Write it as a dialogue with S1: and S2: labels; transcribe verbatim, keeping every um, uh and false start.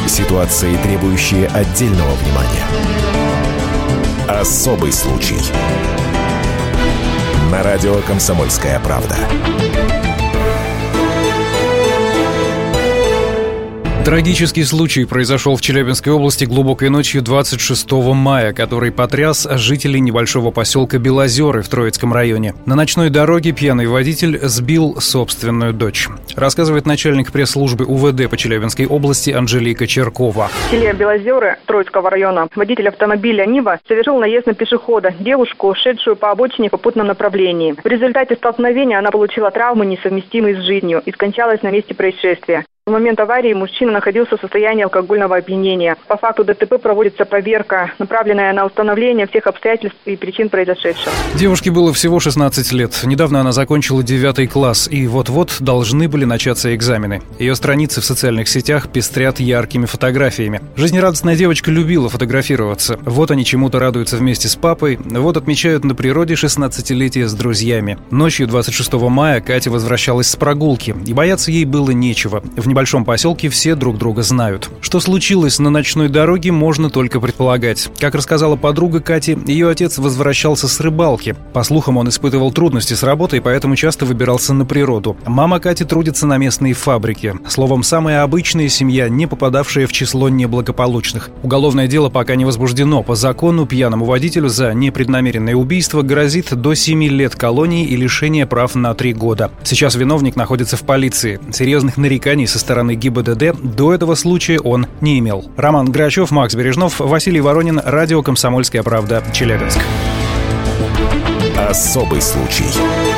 S1: Ситуации, требующие отдельного внимания. Особый случай. На радио «Комсомольская правда».
S2: Трагический случай произошел в Челябинской области глубокой ночью двадцать шестого мая, который потряс жителей небольшого поселка Белозеры в Троицком районе. На ночной дороге пьяный водитель сбил собственную дочь. Рассказывает начальник пресс-службы УВД по Челябинской области Анжелика Черкова.
S3: В селе Белозеры Троицкого района водитель автомобиля «Нива» совершил наезд на пешехода, девушку, шедшую по обочине в попутном направлении. В результате столкновения она получила травмы, несовместимые с жизнью, и скончалась на месте происшествия. В момент аварии мужчина находился в состоянии алкогольного опьянения. По факту ДТП проводится проверка, направленная на установление всех обстоятельств и причин произошедшего.
S2: Девушке было всего шестнадцать лет. Недавно она закончила девятый класс, и вот-вот должны были начаться экзамены. Ее страницы в социальных сетях пестрят яркими фотографиями. Жизнерадостная девочка любила фотографироваться. Вот они чему-то радуются вместе с папой, вот отмечают на природе шестнадцатилетие с друзьями. Ночью двадцать шестого мая Катя возвращалась с прогулки, и бояться ей было нечего. В В небольшом поселке все друг друга знают. Что случилось на ночной дороге, можно только предполагать. Как рассказала подруга Кати, ее отец возвращался с рыбалки. По слухам, он испытывал трудности с работой, поэтому часто выбирался на природу. Мама Кати трудится на местной фабрике. Словом, самая обычная семья, не попадавшая в число неблагополучных. Уголовное дело пока не возбуждено. По закону пьяному водителю за непреднамеренное убийство грозит до семи лет колонии и лишения прав на три года. Сейчас виновник находится в полиции. Серьезных нареканий со стороны ГИБДД до этого случая он не имел. Роман Грачев, Макс Бережнов, Василий Воронин, радио «Комсомольская правда», Челябинск.
S1: Особый случай.